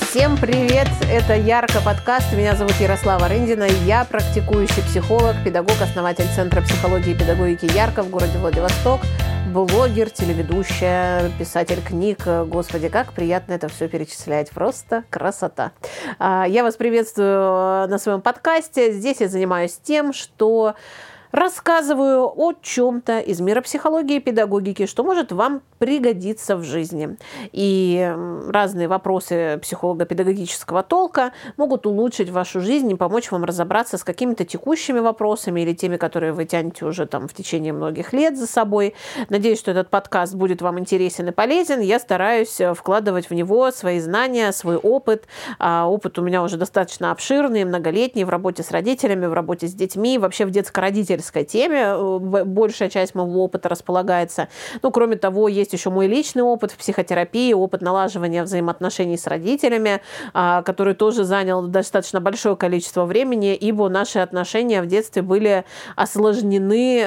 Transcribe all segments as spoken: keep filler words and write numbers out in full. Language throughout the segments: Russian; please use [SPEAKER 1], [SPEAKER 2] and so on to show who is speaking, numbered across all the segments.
[SPEAKER 1] Всем привет! Это Ярко подкаст. Меня зовут Ярослава Рындина. Я практикующий психолог, педагог, основатель Центра психологии и педагогики Ярко в городе Владивосток, блогер, телеведущая, писатель книг. Господи, как приятно это все перечислять. Просто красота. Я вас приветствую на своем подкасте. Здесь я занимаюсь тем, что рассказываю о чем-то из мира психологии и педагогики, что может вам пригодиться в жизни. И разные вопросы психолого-педагогического толка могут улучшить вашу жизнь и помочь вам разобраться с какими-то текущими вопросами или теми, которые вы тянете уже там в течение многих лет за собой. Надеюсь, что этот подкаст будет вам интересен и полезен. Я стараюсь вкладывать в него свои знания, свой опыт. Опыт у меня уже достаточно обширный, многолетний в работе с родителями, в работе с детьми, вообще в детско-родительской теме большая часть моего опыта располагается. Ну, кроме того, есть еще мой личный опыт в психотерапии, опыт налаживания взаимоотношений с родителями, который тоже занял достаточно большое количество времени, ибо наши отношения в детстве были осложнены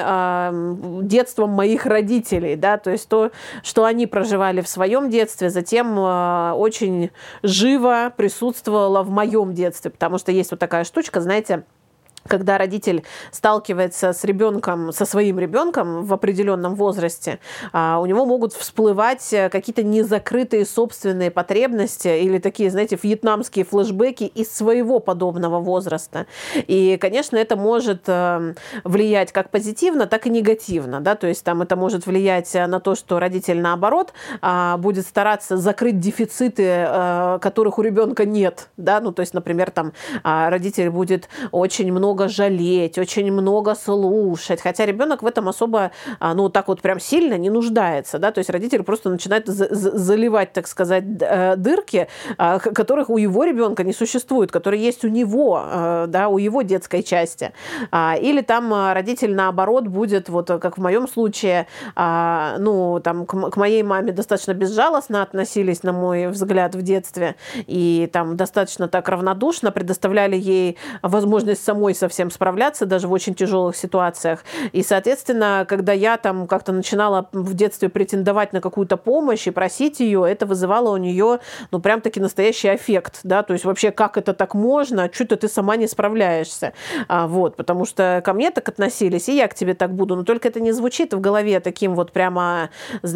[SPEAKER 1] детством моих родителей, да, то есть то, что они проживали в своем детстве, затем очень живо присутствовало в моем детстве, потому что есть вот такая штучка, знаете, когда родитель сталкивается с ребенком, со своим ребенком в определенном возрасте, у него могут всплывать какие-то незакрытые собственные потребности или такие, знаете, вьетнамские флешбеки из своего подобного возраста. И, конечно, это может влиять как позитивно, так и негативно. Да? То есть там это может влиять на то, что родитель, наоборот, будет стараться закрыть дефициты, которых у ребенка нет. Да? Ну, то есть, например, там родитель будет очень много много жалеть, очень много слушать, хотя ребенок в этом особо, ну, так вот прям сильно не нуждается, да, то есть родитель просто начинает заливать, так сказать, дырки, которых у его ребенка не существует, которые есть у него, да, у его детской части. Или там родитель, наоборот, будет, вот как в моем случае, ну, там к моей маме достаточно безжалостно относились, на мой взгляд, в детстве, и там достаточно так равнодушно предоставляли ей возможность самой совсем справляться, даже в очень тяжелых ситуациях. И, соответственно, когда я там как-то начинала в детстве претендовать на какую-то помощь и просить ее, это вызывало у нее, ну, прям-таки настоящий аффект, да, то есть вообще, как это так можно, что-то ты сама не справляешься, а, вот, потому что ко мне так относились, и я к тебе так буду, но только это не звучит в голове таким вот прямо,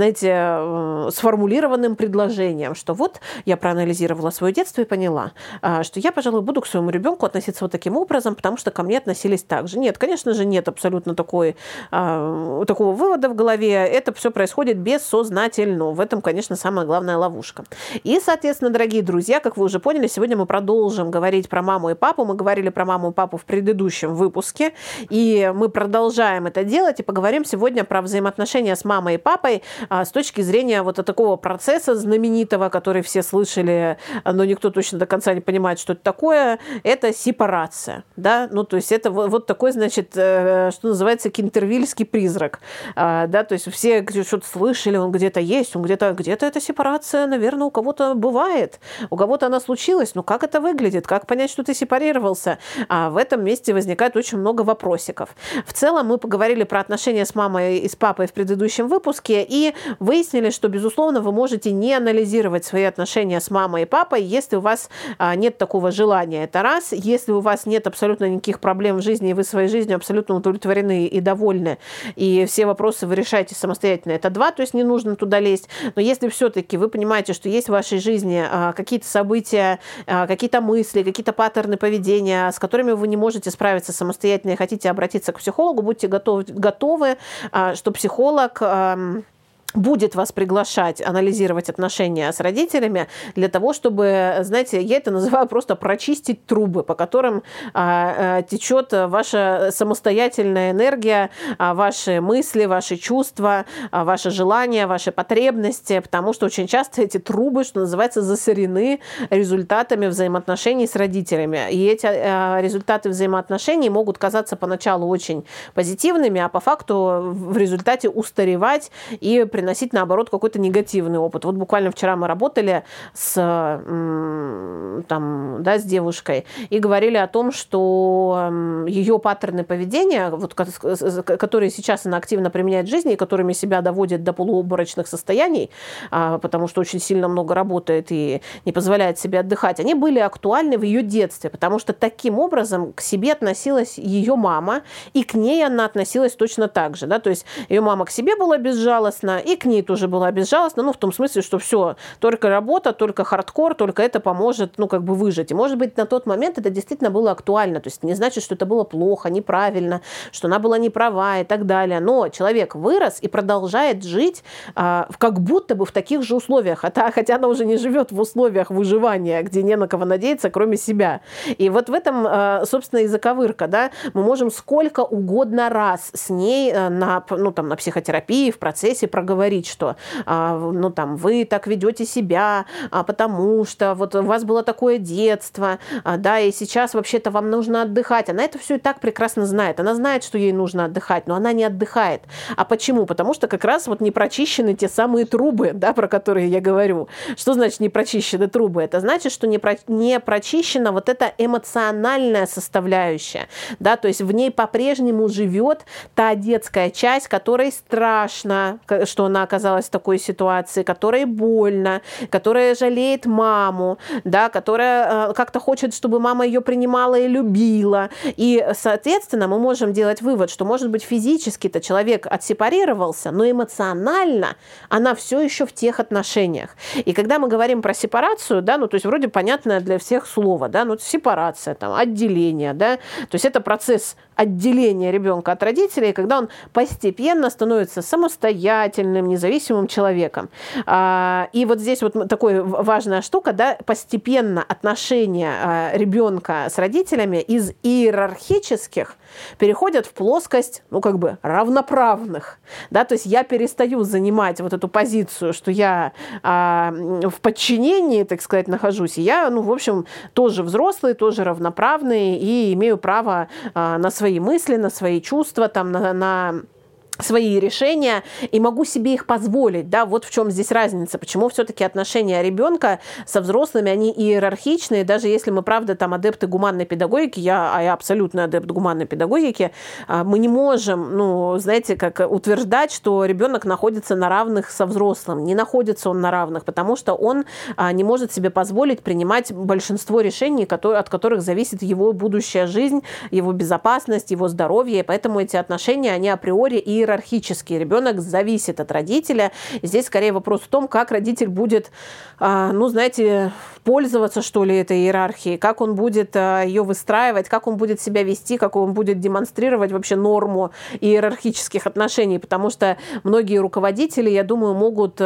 [SPEAKER 1] знаете, сформулированным предложением, что вот я проанализировала свое детство и поняла, что я, пожалуй, буду к своему ребенку относиться вот таким образом, потому что ко мне относились так же. Нет, конечно же, нет абсолютно такой, э, такого вывода в голове. Это все происходит бессознательно. В этом, конечно, самая главная ловушка. И, соответственно, дорогие друзья, как вы уже поняли, сегодня мы продолжим говорить про маму и папу. Мы говорили про маму и папу в предыдущем выпуске, и мы продолжаем это делать, и поговорим сегодня про взаимоотношения с мамой и папой э, с точки зрения вот такого процесса знаменитого, который все слышали, но никто точно до конца не понимает, что это такое. Это сепарация, да, ну, то есть это вот, вот такой, значит, э, что называется, кентервильский призрак, э, да, то есть все что-то слышали, он где-то есть, он где-то, где-то эта сепарация, наверное, у кого-то бывает, у кого-то она случилась, но как это выглядит, как понять, что ты сепарировался, а в этом месте возникает очень много вопросиков. В целом мы поговорили про отношения с мамой и с папой в предыдущем выпуске и выяснили, что, безусловно, вы можете не анализировать свои отношения с мамой и папой, если у вас а, нет такого желания, это раз, если у вас нет абсолютно никаких проблем в жизни, и вы своей жизнью абсолютно удовлетворены и довольны, и все вопросы вы решаете самостоятельно, это два, то есть не нужно туда лезть. Но если все-таки вы понимаете, что есть в вашей жизни а, какие-то события, а, какие-то мысли, какие-то паттерны поведения, с которыми вы не можете справиться самостоятельно и хотите обратиться к психологу, будьте готовы, готовы а, что психолог а, будет вас приглашать анализировать отношения с родителями для того, чтобы, знаете, я это называю просто прочистить трубы, по которым а, а, течет ваша самостоятельная энергия, а, ваши мысли, ваши чувства, а, ваши желания, ваши потребности, потому что очень часто эти трубы, что называется, засорены результатами взаимоотношений с родителями. И эти а, результаты взаимоотношений могут казаться поначалу очень позитивными, а по факту в результате устаревать и приносить, наоборот, какой-то негативный опыт. Вот буквально вчера мы работали с, там, да, с девушкой и говорили о том, что ее паттерны поведения, вот, которые сейчас она активно применяет в жизни и которыми себя доводит до полуобморочных состояний, потому что очень сильно много работает и не позволяет себе отдыхать, они были актуальны в ее детстве, потому что таким образом к себе относилась ее мама, и к ней она относилась точно так же. Да? То есть ее мама к себе была безжалостна, и к ней тоже была безжалостна, ну, в том смысле, что все, только работа, только хардкор, только это поможет, ну, как бы выжить. И, может быть, на тот момент это действительно было актуально. То есть не значит, что это было плохо, неправильно, что она была не права и так далее. Но человек вырос и продолжает жить а, как будто бы в таких же условиях, хотя, хотя она уже не живет в условиях выживания, где не на кого надеяться, кроме себя. И вот в этом, а, собственно, и заковырка. Да? Мы можем сколько угодно раз с ней на, ну, там, на психотерапии, в процессе проговорить, что а, ну, там, вы так ведете себя, а, потому что вот у вас было такое детство, а, да, и сейчас вообще-то вам нужно отдыхать. Она это все и так прекрасно знает. Она знает, что ей нужно отдыхать, но она не отдыхает. А почему? Потому что как раз вот не прочищены те самые трубы, да, про которые я говорю. Что значит не прочищены трубы? Это значит, что не, про, не прочищена вот эта эмоциональная составляющая, да, то есть в ней по-прежнему живет та детская часть, которой страшно, что она оказалась в такой ситуации, которой больно, которая жалеет маму, да, которая как-то хочет, чтобы мама ее принимала и любила. И, соответственно, мы можем делать вывод, что, может быть, физически-то человек отсепарировался, но эмоционально она все еще в тех отношениях. И когда мы говорим про сепарацию, да, ну, то есть вроде понятное для всех слово, да, ну, сепарация, там, отделение, да, то есть это процесс отделения ребенка от родителей, когда он постепенно становится самостоятельным, независимым человеком. И вот здесь вот такая важная штука, да, постепенно отношения ребенка с родителями из иерархических переходят в плоскость, ну, как бы равноправных, да, то есть я перестаю занимать вот эту позицию, что я в подчинении, так сказать, нахожусь, и я, ну, в общем, тоже взрослый, тоже равноправный и имею право на свои свои мысли, на свои чувства, там, на, на свои решения, и могу себе их позволить, да, вот в чем здесь разница, почему все-таки отношения ребенка со взрослыми, они иерархичные, даже если мы, правда, там, адепты гуманной педагогики, я, а я абсолютно адепт гуманной педагогики, мы не можем, ну, знаете, как утверждать, что ребенок находится на равных со взрослым, не находится он на равных, потому что он не может себе позволить принимать большинство решений, которые, от которых зависит его будущая жизнь, его безопасность, его здоровье, и поэтому эти отношения, они априори иерархичные, иерархический. Ребенок зависит от родителя. Здесь скорее вопрос в том, как родитель будет, ну, знаете, пользоваться, что ли, этой иерархией, как он будет ее выстраивать, как он будет себя вести, как он будет демонстрировать вообще норму иерархических отношений, потому что многие руководители, я думаю, могут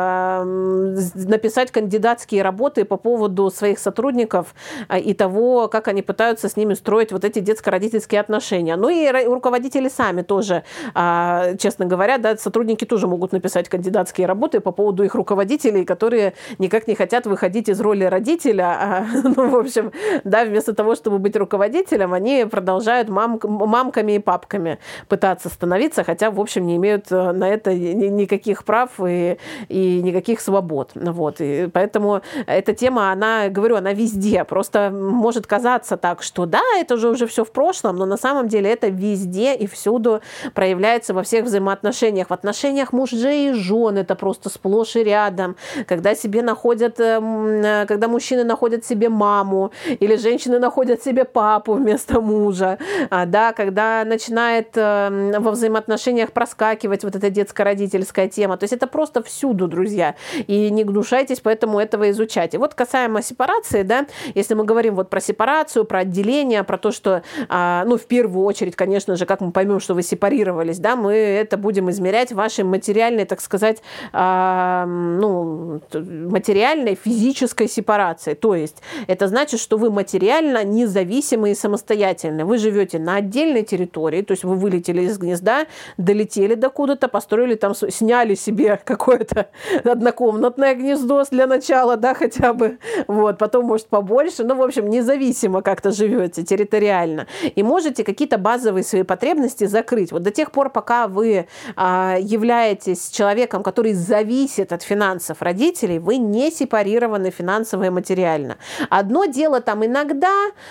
[SPEAKER 1] написать кандидатские работы по поводу своих сотрудников и того, как они пытаются с ними строить вот эти детско-родительские отношения. Ну и руководители сами тоже, честно говоря, да, сотрудники тоже могут написать кандидатские работы по поводу их руководителей, которые никак не хотят выходить из роли родителя. А, ну, в общем, да, вместо того, чтобы быть руководителем, они продолжают мам, мамками и папками пытаться становиться, хотя, в общем, не имеют на это никаких прав и, и никаких свобод. Вот. И поэтому эта тема, она, говорю, она везде. Просто может казаться так, что да, это же уже все в прошлом, но на самом деле это везде и всюду проявляется во всех взаимоотношениях. В отношениях мужей и жен это просто сплошь и рядом. Когда себе находят, когда мужчины находят себе маму, или женщины находят себе папу вместо мужа, да, когда начинает во взаимоотношениях проскакивать вот эта детско-родительская тема. То есть это просто всюду, друзья. И не гнушайтесь поэтому этого изучать. И вот касаемо сепарации, да, если мы говорим вот про сепарацию, про отделение, про то, что, ну, в первую очередь, конечно же, как мы поймем, что вы сепарировались, да, мы это будем измерять вашей материальной, так сказать, э, ну, материальной, физической сепарацией. То есть это значит, что вы материально независимы и самостоятельны. Вы живете на отдельной территории, то есть вы вылетели из гнезда, долетели до куда-то, построили там, сняли себе какое-то однокомнатное гнездо для начала, да, хотя бы, вот, потом, может, побольше, ну, в общем, независимо как-то живете территориально. И можете какие-то базовые свои потребности закрыть. Вот до тех пор, пока пока вы а, являетесь человеком, который зависит от финансов родителей, вы не сепарированы финансово и материально. Одно дело там иногда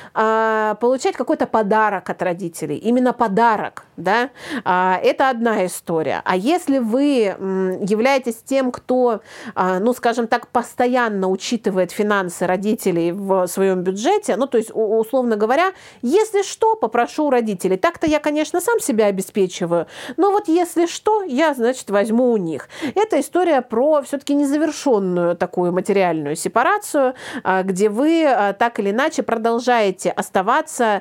[SPEAKER 1] а, получать какой-то подарок от родителей, именно подарок, да, а, это одна история. А если вы м, являетесь тем, кто, а, ну, скажем так, постоянно учитывает финансы родителей в своем бюджете, ну, то есть, условно говоря, если что, попрошу у родителей. Так-то я, конечно, сам себя обеспечиваю, но вот если что, я, значит, возьму у них. Это история про все-таки незавершенную такую материальную сепарацию, где вы так или иначе продолжаете оставаться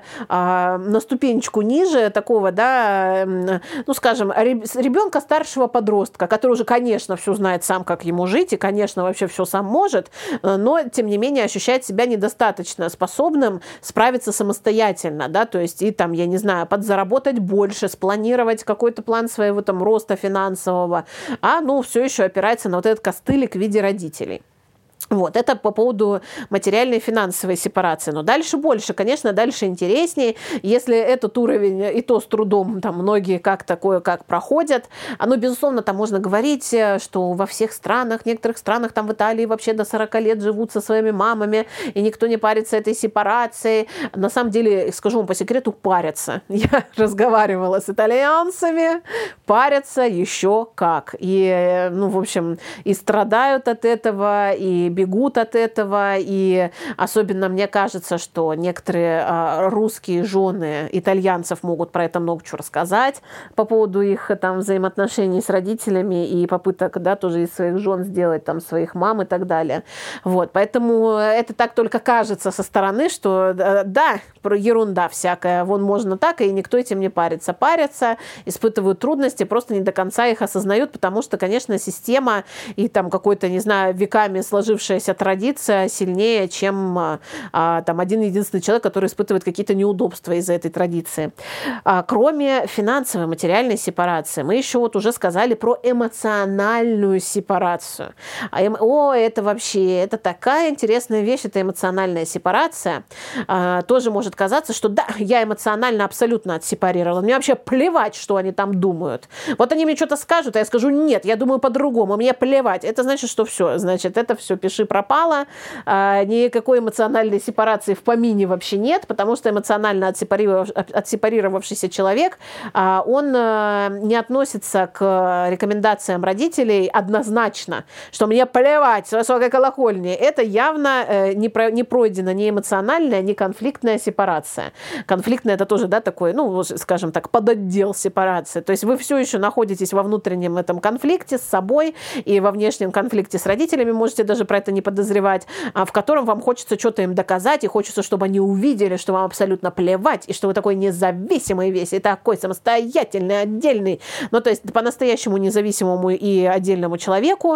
[SPEAKER 1] на ступенечку ниже такого, да, ну, скажем, ребенка старшего подростка, который уже, конечно, все знает сам, как ему жить, и, конечно, вообще все сам может, но, тем не менее, ощущает себя недостаточно способным справиться самостоятельно, да, то есть и там, я не знаю, подзаработать больше, спланировать какой-то план своего там роста финансового, а, ну, все еще опирается на вот этот костылик в виде родителей. Вот, это по поводу материальной и финансовой сепарации. Но дальше больше, конечно, дальше интереснее. Если этот уровень и то с трудом там многие как такое как проходят, оно, безусловно, там можно говорить, что во всех странах, в некоторых странах, там в Италии вообще до сорока лет живут со своими мамами, и никто не парится этой сепарацией. На самом деле, скажу вам по секрету, парятся. Я разговаривала с итальянцами, парятся еще как. И, ну, в общем, и страдают от этого, и бегут от этого, и особенно мне кажется, что некоторые а, русские жены итальянцев могут про это много чего рассказать по поводу их там взаимоотношений с родителями и попыток, да, тоже из своих жен сделать там своих мам и так далее. Вот, поэтому это так только кажется со стороны, что да, про ерунда всякая, вон можно так, и никто этим не парится. Парятся, испытывают трудности, просто не до конца их осознают, потому что, конечно, система и там какой-то, не знаю, веками сложившаяся традиция сильнее, чем а, там один единственный человек, который испытывает какие-то неудобства из-за этой традиции. А, кроме финансовой, материальной сепарации, мы еще вот уже сказали про эмоциональную сепарацию. А, эм... О, это вообще, это такая интересная вещь, это эмоциональная сепарация. А, тоже может казаться, что да, я эмоционально абсолютно отсепарировала. Мне вообще плевать, что они там думают. Вот они мне что-то скажут, а я скажу, нет, я думаю по-другому, мне плевать. Это значит, что все, значит, это все пиши пропало, а, никакой эмоциональной сепарации в помине вообще нет, потому что эмоционально отсепарировав, отсепарировавшийся человек, а, он а, не относится к рекомендациям родителей однозначно, что мне плевать с высокой колокольни. Это явно э, не, про, не пройдена ни эмоциональная, ни конфликтная сепарация. Конфликтная — это тоже, да, такой, ну, скажем так, подотдел сепарации. То есть вы все еще находитесь во внутреннем этом конфликте с собой и во внешнем конфликте с родителями, можете даже про это не подозревать, в котором вам хочется что-то им доказать, и хочется, чтобы они увидели, что вам абсолютно плевать, и что вы такой независимый весь, и такой самостоятельный, отдельный. Ну, то есть по-настоящему независимому и отдельному человеку,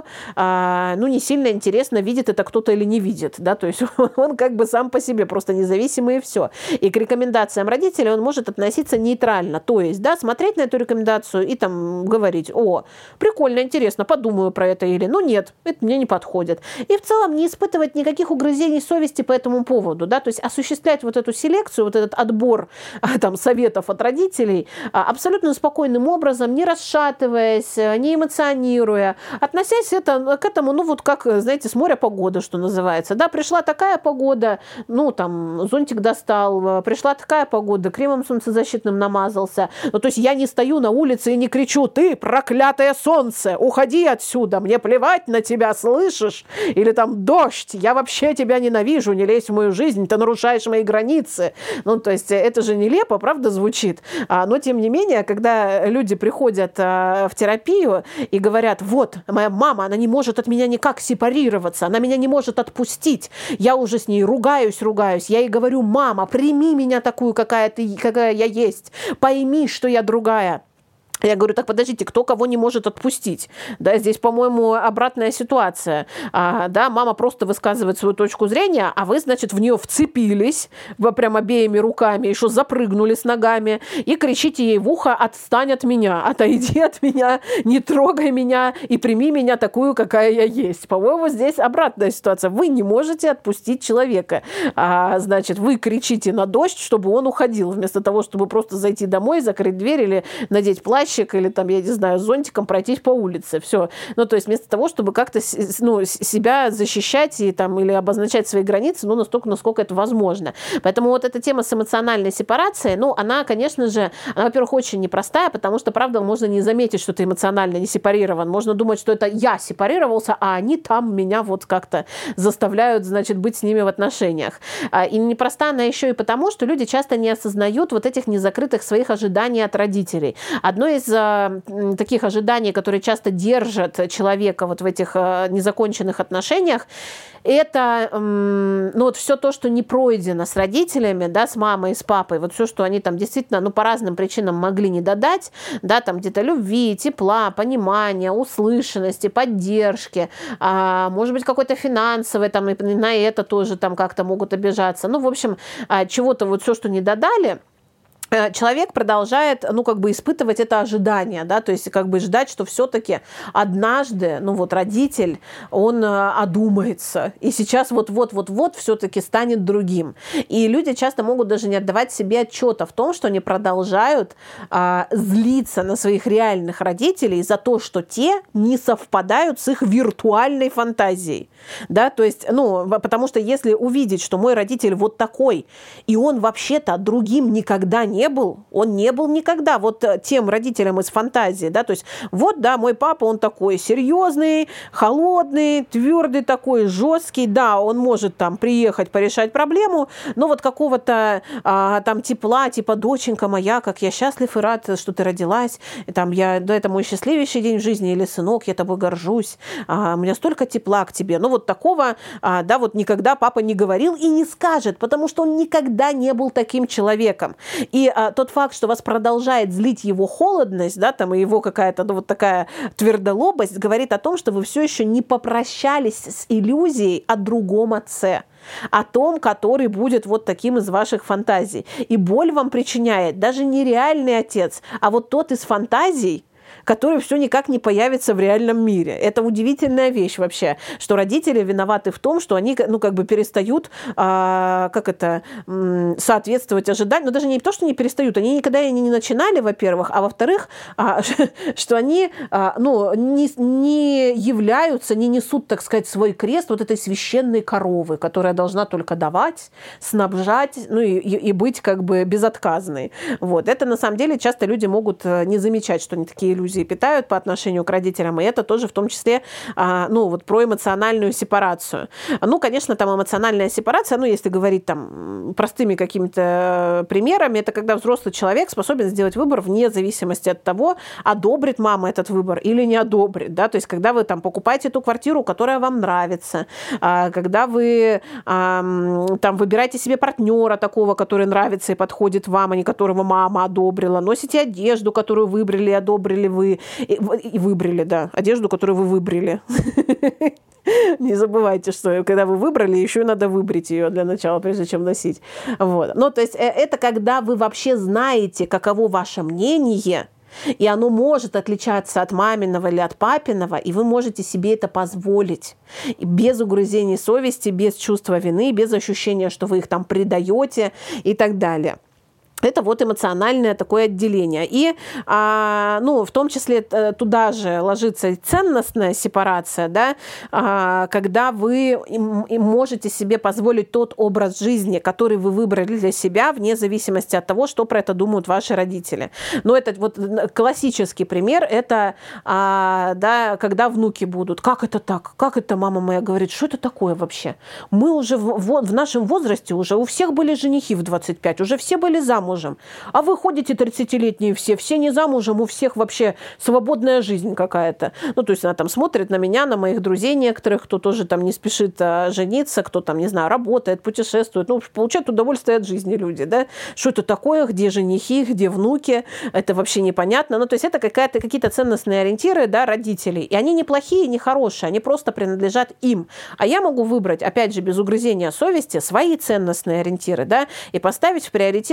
[SPEAKER 1] ну, не сильно интересно, видит это кто-то или не видит, да, то есть он как бы сам по себе просто независимый, и все. И к рекомендациям родителей он может относиться нейтрально, то есть, да, смотреть на эту рекомендацию и там говорить, о, прикольно, интересно, подумаю про это, или, ну, нет, это мне не подходит. И в целом не испытывать никаких угрызений совести по этому поводу, да, то есть осуществлять вот эту селекцию, вот этот отбор там советов от родителей абсолютно спокойным образом, не расшатываясь, не эмоционируя, относясь это, к этому, ну, вот как, знаете, с моря погода, что называется, да, пришла такая погода, ну, там, зонтик достал, пришла такая погода, кремом солнцезащитным намазался, ну, то есть я не стою на улице и не кричу, ты, проклятое солнце, уходи отсюда, мне плевать на тебя, слышишь? Или там дождь, я вообще тебя ненавижу, не лезь в мою жизнь, ты нарушаешь мои границы. Ну, то есть это же нелепо, правда, звучит? А, но, тем не менее, когда люди приходят а, в терапию и говорят, вот, моя мама, она не может от меня никак сепарироваться, она меня не может отпустить, я уже с ней ругаюсь, ругаюсь, я ей говорю, мама, прими меня такую, какая ты, какая я есть, пойми, что я другая. Я говорю, так подождите, кто кого не может отпустить? Да, здесь, по-моему, обратная ситуация. А, да, мама просто высказывает свою точку зрения, а вы, значит, в нее вцепились, вы прям обеими руками, еще запрыгнули с ногами и кричите ей в ухо, отстань от меня, отойди от меня, не трогай меня и прими меня такую, какая я есть. По-моему, здесь обратная ситуация. Вы не можете отпустить человека. А, значит, вы кричите на дождь, чтобы он уходил, вместо того, чтобы просто зайти домой, закрыть дверь или надеть плащ ящик или там, я не знаю, зонтиком пройтись по улице. Все. Ну, то есть вместо того, чтобы как-то ну, себя защищать и, там, или обозначать свои границы, ну, настолько, насколько это возможно. Поэтому вот эта тема с эмоциональной сепарацией, ну, она, конечно же, она, во-первых, очень непростая, потому что, правда, можно не заметить, что ты эмоционально не сепарирован. Можно думать, что это я сепарировался, а они там меня вот как-то заставляют, значит, быть с ними в отношениях. И непроста она еще и потому, что люди часто не осознают вот этих незакрытых своих ожиданий от родителей. Одно из а, таких ожиданий, которые часто держат человека вот в этих а, незаконченных отношениях, это ну, вот все то, что не пройдено с родителями, да, с мамой и с папой, вот все, что они там действительно ну, по разным причинам могли не додать, да, там где-то любви, тепла, понимания, услышанности, поддержки, а, может быть, какой-то финансовый, там, и на это тоже там как-то могут обижаться. Ну, в общем, чего-то вот все, что не додали, человек продолжает, ну, как бы испытывать это ожидание, да, то есть как бы ждать, что все-таки однажды, ну, вот родитель, он одумается, и сейчас вот-вот-вот-вот все-таки станет другим. И люди часто могут даже не отдавать себе отчета в том, что они продолжают а, злиться на своих реальных родителей за то, что те не совпадают с их виртуальной фантазией, да, то есть, ну, потому что если увидеть, что мой родитель вот такой, и он вообще-то другим никогда не не был, он не был никогда вот тем родителем из фантазии, да, то есть вот, да, мой папа, он такой серьезный, холодный, твердый такой, жесткий, да, он может там приехать порешать проблему, но вот какого-то а, там тепла, типа, доченька моя, как я счастлив и рад, что ты родилась, и, там, я, да, это мой счастливейший день в жизни, или сынок, я тобой горжусь, а, у меня столько тепла к тебе, ну вот такого, а, да, вот никогда папа не говорил и не скажет, потому что он никогда не был таким человеком. И а, тот факт, что вас продолжает злить его холодность, да, там, и его какая-то ну, вот такая твердолобость, говорит о том, что вы все еще не попрощались с иллюзией о другом отце, о том, который будет вот таким из ваших фантазий. И боль вам причиняет даже не реальный отец, а вот тот из фантазий, который все никак не появится в реальном мире. Это удивительная вещь вообще, что родители виноваты в том, что они, ну, как бы перестают, а, как это, соответствовать ожиданиям, но даже не то, что не перестают, они никогда и не начинали, во-первых, а во-вторых, а, что они, а, ну, не, не являются, не несут, так сказать, свой крест вот этой священной коровы, которая должна только давать, снабжать, ну, и, и быть как бы безотказной. Вот. Это, на самом деле, часто люди могут не замечать, что они такие иллюзии питают по отношению к родителям, и это тоже в том числе, ну, вот про эмоциональную сепарацию. Ну, конечно, там эмоциональная сепарация, ну, если говорить там простыми какими-то примерами, это когда взрослый человек способен сделать выбор вне зависимости от того, одобрит мама этот выбор или не одобрит, да, то есть когда вы там покупаете ту квартиру, которая вам нравится, когда вы там выбираете себе партнера такого, который нравится и подходит вам, а не которого мама одобрила, носите одежду, которую выбрали и одобрили вы, и выбрали, да, одежду, которую вы выбрали. Не забывайте, что когда вы выбрали, еще и надо выбрить ее для начала, прежде чем носить. Вот. Ну, то есть это когда вы вообще знаете, каково ваше мнение, и оно может отличаться от маминого или от папиного, и вы можете себе это позволить. Без угрызений совести, без чувства вины, без ощущения, что вы их там предаете и так далее. Это вот эмоциональное такое отделение. И, а, ну, в том числе туда же ложится и ценностная сепарация, да, а, когда вы можете себе позволить тот образ жизни, который вы выбрали для себя, вне зависимости от того, что про это думают ваши родители. Но это вот классический пример, это, а, да, когда внуки будут. Как это так? Как это мама моя говорит? Что это такое вообще? Мы уже в, в, в нашем возрасте уже, у всех были женихи в двадцать пять, уже все были замужем. А вы ходите тридцатилетние все, все не замужем, у всех вообще свободная жизнь какая-то. Ну, то есть она там смотрит на меня, на моих друзей некоторых, кто тоже там не спешит а, жениться, кто там, не знаю, работает, путешествует, ну, получают удовольствие от жизни люди, да. Что это такое, где женихи, где внуки, это вообще непонятно. Ну, то есть это какая-то, какие-то ценностные ориентиры, да, родителей. И они не плохие, не хорошие, они просто принадлежат им. А я могу выбрать, опять же, без угрызения совести, свои ценностные ориентиры, да, и поставить в приоритет там свои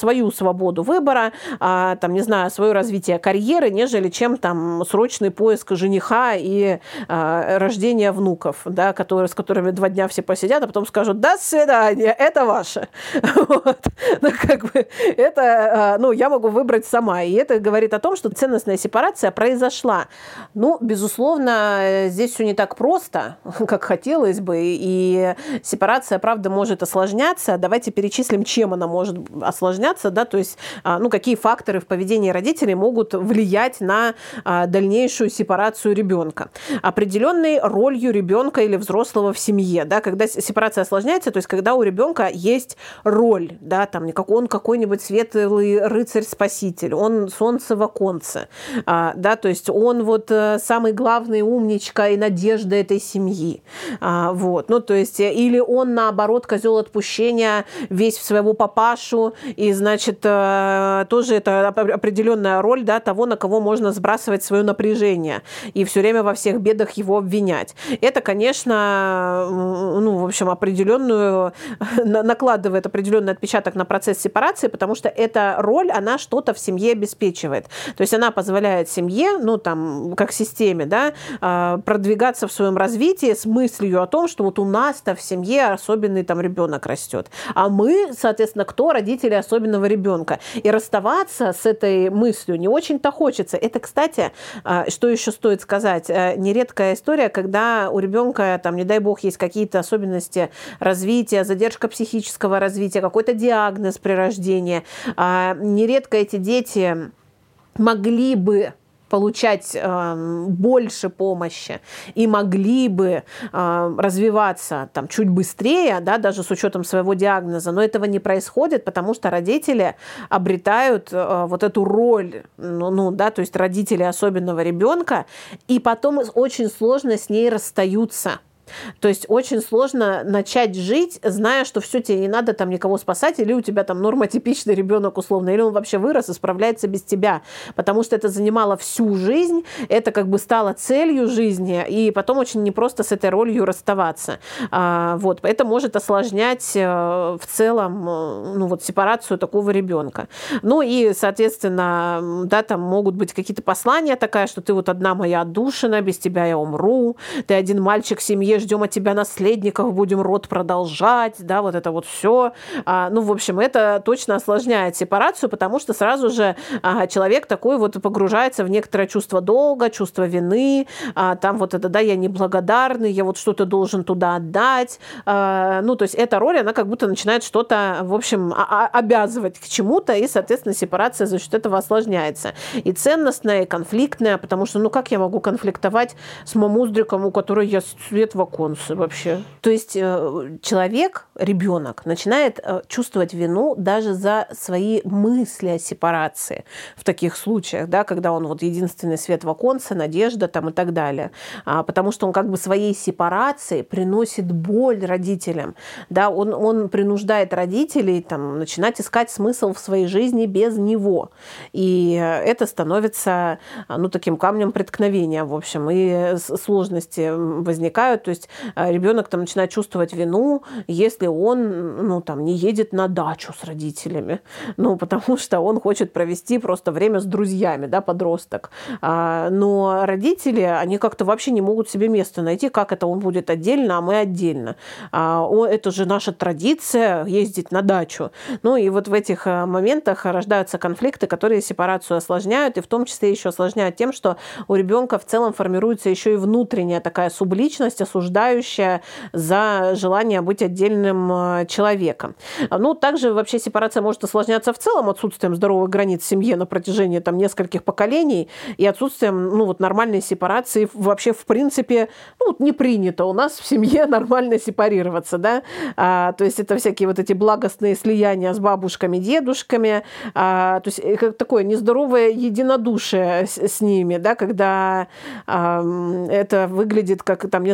[SPEAKER 1] свою свободу выбора, а, там, не знаю, свое развитие карьеры, нежели чем там срочный поиск жениха и а, рождение внуков, да, которые, с которыми два дня все посидят, а потом скажут: до свидания, это ваше. Вот. Ну, как бы, это, ну, я могу выбрать сама. И это говорит о том, что ценностная сепарация произошла. Ну, безусловно, здесь все не так просто, как хотелось бы, и сепарация, правда, может осложняться. Давайте перечислим, чем она может осложняться, да, то есть, ну, какие факторы в поведении родителей могут влиять на дальнейшую сепарацию ребенка. Определенной ролью ребенка или взрослого в семье, да, когда сепарация осложняется, то есть, когда у ребенка есть роль, да, там, как он какой-нибудь светлый рыцарь-спаситель, он солнце в оконце, да, то есть, он вот самый главный умничка и надежда этой семьи, вот, ну, то есть, или он, наоборот, козел отпущения, весь в своего папашу, и, значит, тоже это определенная роль, да, того, на кого можно сбрасывать свое напряжение и все время во всех бедах его обвинять. Это, конечно, ну, в общем, определенную, накладывает определенный отпечаток на процесс сепарации, потому что эта роль, она что-то в семье обеспечивает. То есть она позволяет семье, ну, там, как системе, да, продвигаться в своем развитии с мыслью о том, что вот у нас-то в семье особенный там ребенок растет. А мы, соответственно, кто? Родители особенного ребенка. И расставаться с этой мыслью не очень-то хочется. Это, кстати, что еще стоит сказать, нередкая история, когда у ребенка, там, не дай бог, есть какие-то особенности развития, задержка психического развития, какой-то диагноз при рождении. Нередко эти дети могли бы получать э, больше помощи и могли бы э, развиваться там, чуть быстрее, да, даже с учетом своего диагноза, но этого не происходит, потому что родители обретают э, вот эту роль, ну, ну, да, то есть родители особенного ребенка, и потом очень сложно с ней расстаются. То есть очень сложно начать жить, зная, что все, тебе не надо там никого спасать, или у тебя там нормотипичный ребенок условно, или он вообще вырос и справляется без тебя, потому что это занимало всю жизнь, это как бы стало целью жизни, и потом очень непросто с этой ролью расставаться. А, вот, это может осложнять в целом, ну, вот, сепарацию такого ребенка. Ну и, соответственно, да, там могут быть какие-то послания такая, что ты вот одна моя отдушина, без тебя я умру, ты один мальчик в семье, ждем от тебя наследников, будем род продолжать, да, вот это вот все. А, ну, в общем, это точно осложняет сепарацию, потому что сразу же а, человек такой вот погружается в некоторое чувство долга, чувство вины, а, там вот это, да, я неблагодарный, я вот что-то должен туда отдать. А, ну, то есть эта роль, она как будто начинает что-то, в общем, а- обязывать к чему-то, и, соответственно, сепарация за счет этого осложняется. И ценностная, и конфликтная, потому что, ну, как я могу конфликтовать с мамуздриком, у которой я свет в оконце вообще. То есть человек, ребенок, начинает чувствовать вину даже за свои мысли о сепарации в таких случаях, да, когда он вот единственный свет в оконце, надежда там и так далее. А, потому что он как бы своей сепарацией приносит боль родителям. Да, он, он принуждает родителей там, начинать искать смысл в своей жизни без него. И это становится, ну, таким камнем преткновения, в общем, и сложности возникают. То есть ребенок там начинает чувствовать вину, если он, ну, там, не едет на дачу с родителями, ну, потому что он хочет провести просто время с друзьями, да, подросток. А, но родители, они как-то вообще не могут себе место найти, как это он будет отдельно, а мы отдельно. А, о, это же наша традиция ездить на дачу. Ну, и вот в этих моментах рождаются конфликты, которые сепарацию осложняют, и в том числе еще осложняют тем, что у ребенка в целом формируется еще и внутренняя такая субличность, осуждающая за желание быть отдельным человеком. Ну, также вообще сепарация может осложняться в целом отсутствием здоровых границ в семье на протяжении там нескольких поколений и отсутствием, ну, вот нормальной сепарации вообще в принципе, ну, вот не принято у нас в семье нормально сепарироваться, да, а, то есть это всякие вот эти благостные слияния с бабушками, дедушками, а, то есть как такое нездоровое единодушие с, с ними, да, когда а, это выглядит как, там, не знаю, мы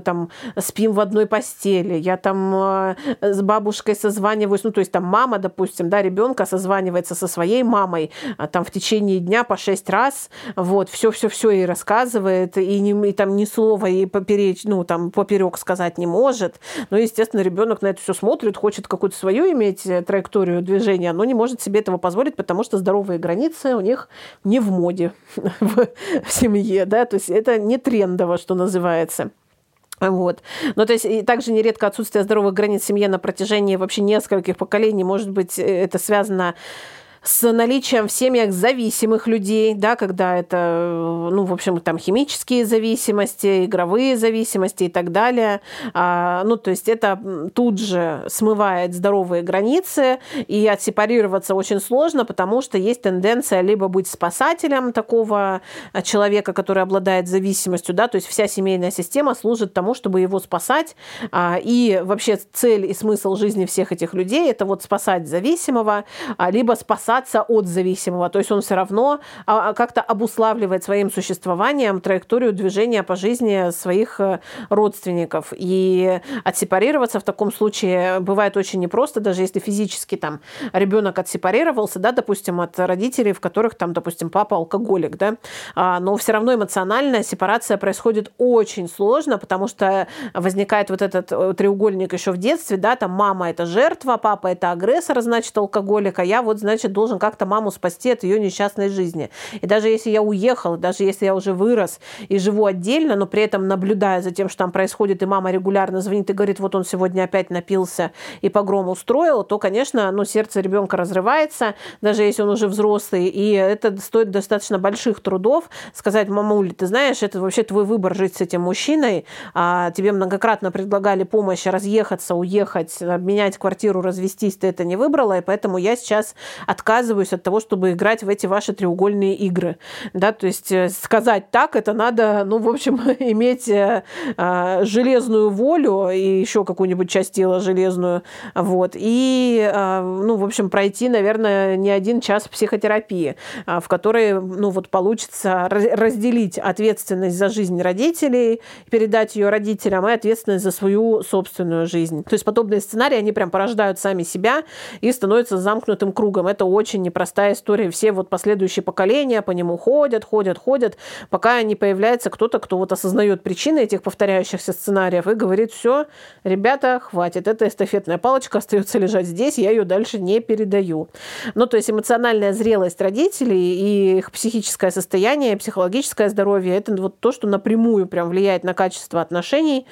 [SPEAKER 1] там спим в одной постели, я там с бабушкой созваниваюсь, ну, то есть там мама, допустим, да, ребенка созванивается со своей мамой там в течение дня по шесть раз, вот, все-все-все ей рассказывает, и, не, и там ни слова ей поперечь, ну, там, поперек сказать не может. Ну, естественно, ребенок на это все смотрит, хочет какую-то свою иметь траекторию движения, но не может себе этого позволить, потому что здоровые границы у них не в моде в, в семье, да, то есть это не трендово, что называется. Вот. Ну, то есть, и также нередко отсутствие здоровых границ в семье на протяжении вообще нескольких поколений, может быть, это связано с наличием в семьях зависимых людей, да, когда это, ну, в общем, там химические зависимости, игровые зависимости и так далее. А, ну, то есть это тут же смывает здоровые границы, и отсепарироваться очень сложно, потому что есть тенденция либо быть спасателем такого человека, который обладает зависимостью, да, то есть вся семейная система служит тому, чтобы его спасать, а, и вообще цель и смысл жизни всех этих людей – это вот спасать зависимого, а, либо спасать от зависимого. То есть он все равно как-то обуславливает своим существованием траекторию движения по жизни своих родственников. И отсепарироваться в таком случае бывает очень непросто, даже если физически там ребенок отсепарировался, да, допустим, от родителей, в которых там, допустим, папа алкоголик, да, но все равно эмоциональная сепарация происходит очень сложно, потому что возникает вот этот треугольник еще в детстве, да, там мама – это жертва, папа – это агрессор, значит, алкоголик, а я вот, значит, должен как-то маму спасти от ее несчастной жизни. И даже если я уехала, даже если я уже вырос и живу отдельно, но при этом наблюдая за тем, что там происходит, и мама регулярно звонит и говорит, вот он сегодня опять напился и погром устроил, то, конечно, ну, сердце ребенка разрывается, даже если он уже взрослый, и это стоит достаточно больших трудов сказать, мамуль, ты знаешь, это вообще твой выбор жить с этим мужчиной, а тебе многократно предлагали помощь разъехаться, уехать, обменять квартиру, развестись, ты это не выбрала, и поэтому я сейчас отказываюсь отказываюсь от того, чтобы играть в эти ваши треугольные игры. Да, то есть сказать так, это надо, ну, в общем, иметь э, железную волю и еще какую-нибудь часть тела железную, вот, и, э, ну, в общем, пройти, наверное, не один час психотерапии, э, в которой, ну, вот получится разделить ответственность за жизнь родителей, передать ее родителям и ответственность за свою собственную жизнь. То есть подобные сценарии, они прям порождают сами себя и становятся замкнутым кругом. Это очень непростая история. Все вот последующие поколения по нему ходят, ходят, ходят, пока не появляется кто-то, кто вот осознает причины этих повторяющихся сценариев и говорит, все, ребята, хватит, эта эстафетная палочка остается лежать здесь, я ее дальше не передаю. Ну, то есть эмоциональная зрелость родителей и их психическое состояние, психологическое здоровье, это вот то, что напрямую прям влияет на качество отношений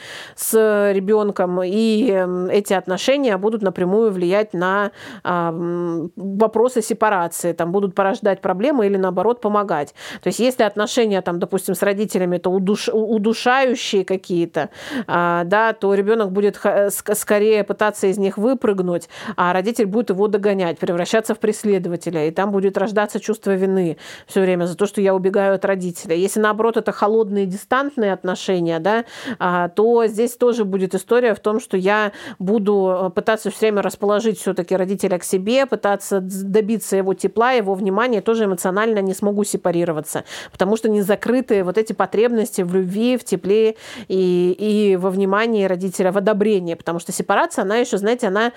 [SPEAKER 1] с ребенком, и эти отношения будут напрямую влиять на а, вопросы сепарации, там будут порождать проблемы или, наоборот, помогать. То есть если отношения, там, допустим, с родителями это удуш... удушающие какие-то, а, да, то ребенок будет х... скорее пытаться из них выпрыгнуть, а родитель будет его догонять, превращаться в преследователя, и там будет рождаться чувство вины все время за то, что я убегаю от родителя. Если, наоборот, это холодные, дистантные отношения, да, а, то здесь тоже будет история в том, что я буду пытаться все время расположить все-таки родителя к себе, пытаться добиться его тепла, его внимания, тоже эмоционально не смогу сепарироваться, потому что не закрыты вот эти потребности в любви, в тепле и, и во внимании родителя, в одобрении, потому что сепарация, она еще, знаете, она...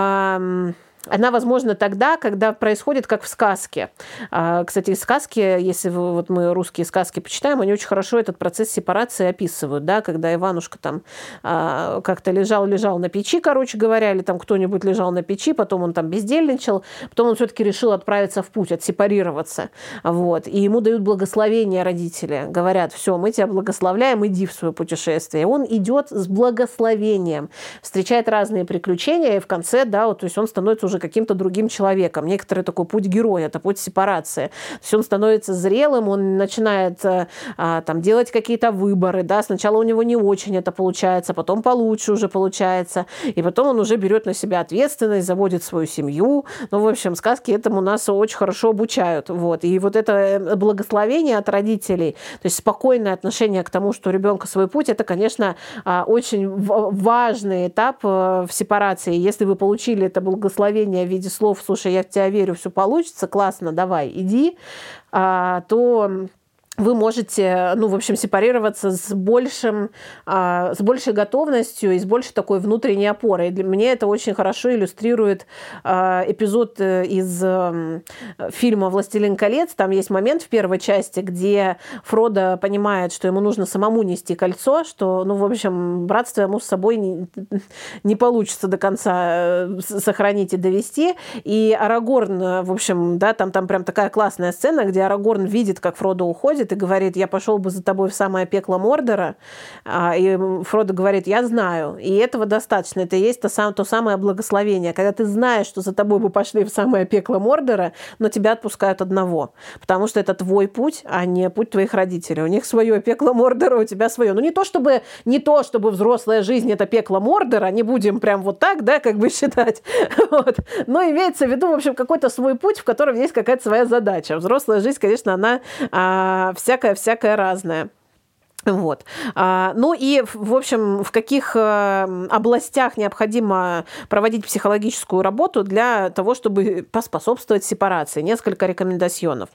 [SPEAKER 1] А, Она возможна тогда, когда происходит, как в сказке. Кстати, сказки, если вот мы русские сказки почитаем, они очень хорошо этот процесс сепарации описывают, да, когда Иванушка там как-то лежал-лежал на печи, короче говоря, или там кто-нибудь лежал на печи, потом он там бездельничал, потом он все-таки решил отправиться в путь, отсепарироваться. Вот. И ему дают благословение родители. Говорят, все, мы тебя благословляем, иди в свое путешествие. И он идет с благословением, встречает разные приключения, и в конце, да, вот, то есть он становится уже каким-то другим человеком. Некоторый такой путь героя, это путь сепарации. То есть он становится зрелым, он начинает а, там, делать какие-то выборы. Да? Сначала у него не очень это получается, потом получше уже получается. И потом он уже берет на себя ответственность, заводит свою семью. Ну, в общем, сказки этому нас очень хорошо обучают. Вот. И вот это благословение от родителей, то есть спокойное отношение к тому, что у ребенка свой путь, это, конечно, очень важный этап в сепарации. Если вы получили это благословение в виде слов, слушай, я в тебя верю, все получится, классно, давай, иди, а, то вы можете, ну, в общем, сепарироваться с большим, с большей готовностью и с большей такой внутренней опорой. И для меня это очень хорошо иллюстрирует эпизод из фильма «Властелин колец». Там есть момент в первой части, где Фродо понимает, что ему нужно самому нести кольцо, что, ну, в общем, братство ему с собой не, не получится до конца сохранить и довести. И Арагорн, в общем, да, там, там прям такая классная сцена, где Арагорн видит, как Фродо уходит, и говорит: я пошел бы за тобой в самое пекло Мордора. И Фродо говорит: я знаю, и этого достаточно. Это и есть то, сам, то самое благословение, когда ты знаешь, что за тобой бы пошли в самое пекло Мордора, но тебя отпускают одного, потому что это твой путь, а не путь твоих родителей. У них свое пекло Мордора, у тебя свое. Ну, не то чтобы, не то, чтобы взрослая жизнь — это пекло Мордора, не будем прям вот так, да, как бы считать. Вот. Но имеется в виду, в общем, какой-то свой путь, в котором есть какая-то своя задача. Взрослая жизнь, конечно, она а, всякая-всякая разная. Вот. Ну и, в общем, в каких областях необходимо проводить психологическую работу для того, чтобы поспособствовать сепарации? Несколько рекомендационов.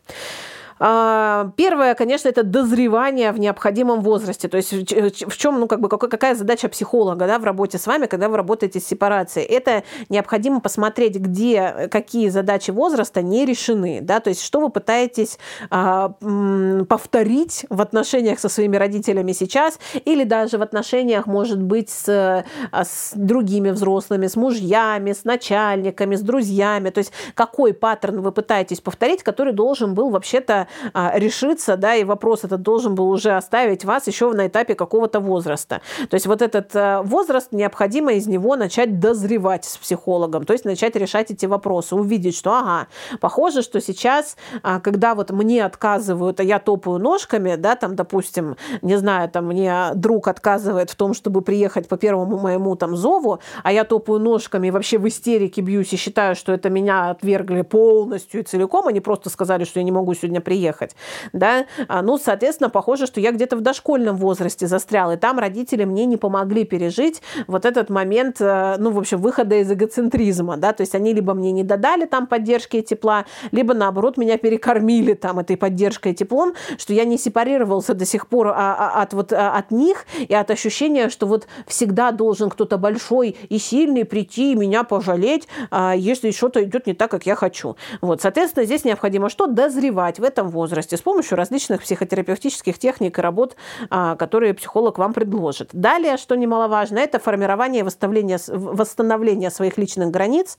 [SPEAKER 1] Первое, конечно, это дозревание в необходимом возрасте. То есть в чем, ну, как бы, какая задача психолога, да, в работе с вами, когда вы работаете с сепарацией? Это необходимо посмотреть, где какие задачи возраста не решены. Да? То есть что вы пытаетесь а, повторить в отношениях со своими родителями сейчас или даже в отношениях, может быть, с, с другими взрослыми, с мужьями, с начальниками, с друзьями. То есть какой паттерн вы пытаетесь повторить, который должен был вообще-то решиться, да, и вопрос этот должен был уже оставить вас еще на этапе какого-то возраста. То есть вот этот возраст, необходимо из него начать дозревать с психологом, то есть начать решать эти вопросы, увидеть, что, ага, похоже, что сейчас, когда вот мне отказывают, а я топаю ножками, да, там, допустим, не знаю, там, мне друг отказывает в том, чтобы приехать по первому моему там зову, а я топаю ножками и вообще в истерике бьюсь и считаю, что это меня отвергли полностью и целиком, они просто сказали, что я не могу сегодня приехать, да, ну, соответственно, похоже, что я где-то в дошкольном возрасте застрял, и там родители мне не помогли пережить вот этот момент, ну, в общем, выхода из эгоцентризма, да, то есть они либо мне не додали там поддержки и тепла, либо, наоборот, меня перекормили там этой поддержкой и теплом, что я не сепарировался до сих пор от, вот, от них и от ощущения, что вот всегда должен кто-то большой и сильный прийти и меня пожалеть, если что-то идет не так, как я хочу. Вот, соответственно, здесь необходимо что? Дозревать в этом возрасте с помощью различных психотерапевтических техник и работ, которые психолог вам предложит. Далее, что немаловажно, это формирование и восстановление, восстановление своих личных границ.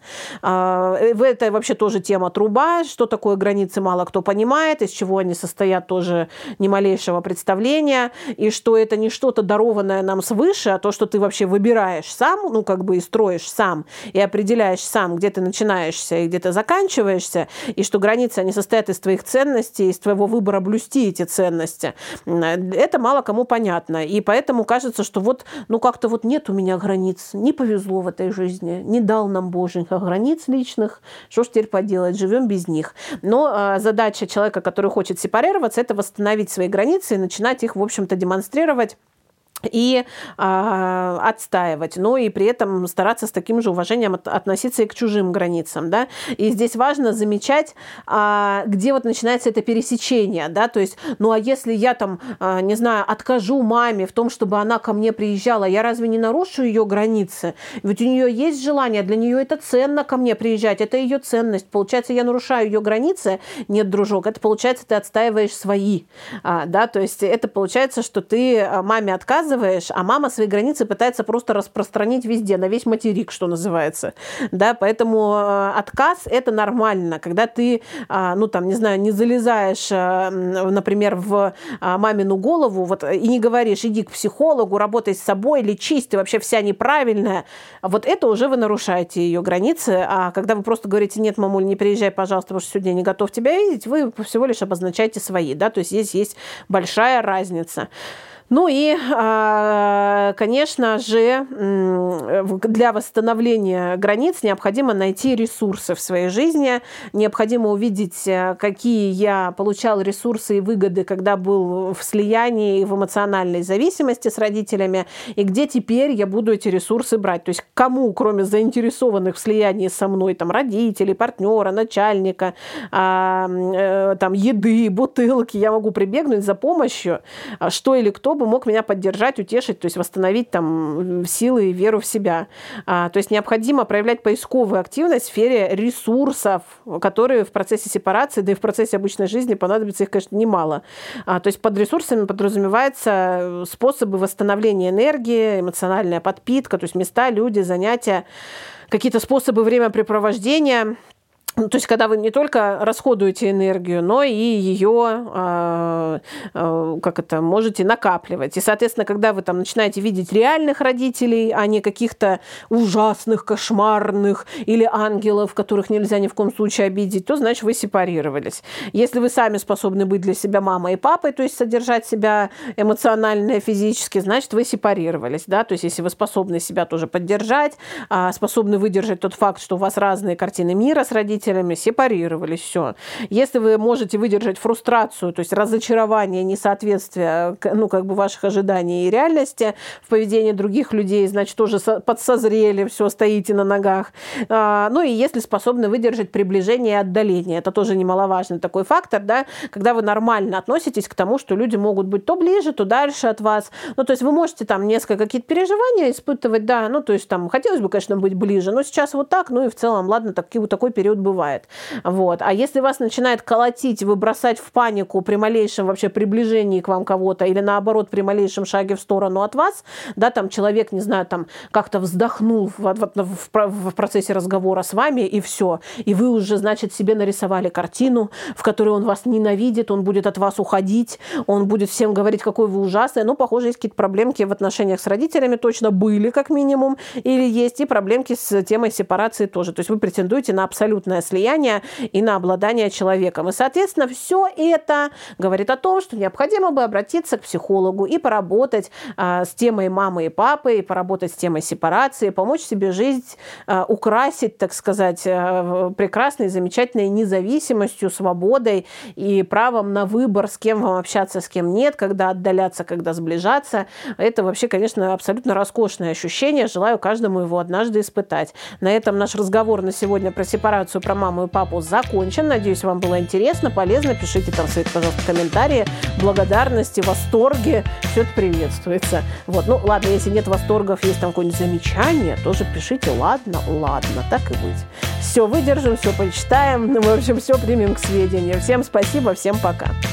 [SPEAKER 1] Это вообще тоже тема труба. Что такое границы, мало кто понимает, из чего они состоят, тоже ни малейшего представления. И что это не что-то дарованное нам свыше, а то, что ты вообще выбираешь сам, ну как бы и строишь сам, и определяешь сам, где ты начинаешься и где ты заканчиваешься, и что границы, они состоят из твоих ценностей, из твоего выбора блюсти эти ценности. Это мало кому понятно. И поэтому кажется, что вот, ну как-то вот нет у меня границ, не повезло в этой жизни, не дал нам Боженька границ личных, что ж теперь поделать, живем без них. Но задача человека, который хочет сепарироваться, это восстановить свои границы и начинать их, в общем-то, демонстрировать и э, отстаивать, но и при этом стараться с таким же уважением от, относиться и к чужим границам, да. И здесь важно замечать, э, где вот начинается это пересечение, да, то есть, ну а если я там, э, не знаю, откажу маме в том, чтобы она ко мне приезжала, я разве не нарушу ее границы? Ведь у нее есть желание, для нее это ценно ко мне приезжать, это ее ценность. Получается, я нарушаю ее границы? Нет, дружок, это получается, ты отстаиваешь свои, э, да, то есть это получается, что ты маме отказываешь, а мама свои границы пытается просто распространить везде, на весь материк, что называется. Да, поэтому отказ – это нормально. Когда ты, ну, там, не знаю, не залезаешь, например, в мамину голову вот, и не говоришь: иди к психологу, работай с собой, лечись, ты вообще вся неправильная, вот это уже вы нарушаете ее границы. А когда вы просто говорите: нет, мамуль, не приезжай, пожалуйста, потому что сегодня я не готов тебя видеть, вы всего лишь обозначаете свои. Да? То есть здесь есть большая разница. Ну и, конечно же, для восстановления границ необходимо найти ресурсы в своей жизни, необходимо увидеть, какие я получал ресурсы и выгоды, когда был в слиянии и в эмоциональной зависимости с родителями, и где теперь я буду эти ресурсы брать. То есть кому, кроме заинтересованных в слиянии со мной, там, родителей, партнера, начальника, там, еды, бутылки, я могу прибегнуть за помощью, что или кто бы мог меня поддержать, утешить, то есть восстановить там силы и веру в себя. А, то есть необходимо проявлять поисковую активность в сфере ресурсов, которые в процессе сепарации, да и в процессе обычной жизни понадобится их, конечно, немало. А, то есть под ресурсами подразумеваются способы восстановления энергии, эмоциональная подпитка, то есть места, люди, занятия, какие-то способы времяпрепровождения. То есть, когда вы не только расходуете энергию, но и ее, э, э, как это, можете накапливать. И, соответственно, когда вы там начинаете видеть реальных родителей, а не каких-то ужасных, кошмарных или ангелов, которых нельзя ни в коем случае обидеть, то, значит, вы сепарировались. Если вы сами способны быть для себя мамой и папой, то есть содержать себя эмоционально и физически, значит, вы сепарировались. Да? То есть, если вы способны себя тоже поддержать, способны выдержать тот факт, что у вас разные картины мира с родителями, сепарировались, все. Если вы можете выдержать фрустрацию, то есть разочарование, несоответствие, ну, как бы ваших ожиданий и реальности в поведении других людей, значит, тоже подсозрели, все, стоите на ногах. Ну, и если способны выдержать приближение и отдаление, это тоже немаловажный такой фактор, да, когда вы нормально относитесь к тому, что люди могут быть то ближе, то дальше от вас. Ну, то есть вы можете там несколько какие-то переживания испытывать, да, ну, то есть там хотелось бы, конечно, быть ближе, но сейчас вот так, ну, и в целом, ладно, такой, вот такой период бывает. Вот. А если вас начинает колотить, вы бросать в панику при малейшем вообще приближении к вам кого-то или наоборот при малейшем шаге в сторону от вас, да, там человек, не знаю, там как-то вздохнул в, в, в процессе разговора с вами и все, и вы уже, значит, себе нарисовали картину, в которой он вас ненавидит, он будет от вас уходить, он будет всем говорить, какой вы ужасный. Ну, похоже, есть какие-то проблемки в отношениях с родителями, точно были как минимум, или есть и проблемки с темой сепарации тоже. То есть вы претендуете на абсолютное слияние и на обладание человеком. И, соответственно, все это говорит о том, что необходимо бы обратиться к психологу и поработать а, с темой мамы и папы, и поработать с темой сепарации, помочь себе жизнь а, украсить, так сказать, а, прекрасной, замечательной независимостью, свободой и правом на выбор, с кем вам общаться, с кем нет, когда отдаляться, когда сближаться. Это вообще, конечно, абсолютно роскошное ощущение. Желаю каждому его однажды испытать. На этом наш разговор на сегодня про сепарацию, про маму и папу закончен. Надеюсь, вам было интересно, полезно. Пишите там свои, пожалуйста, комментарии, благодарности, восторги. Все это приветствуется. Вот. Ну, ладно, если нет восторгов, есть там какое-нибудь замечание, тоже пишите. Ладно, ладно, так и быть. Все выдержим, все почитаем. В общем, все примем к сведению. Всем спасибо, всем пока.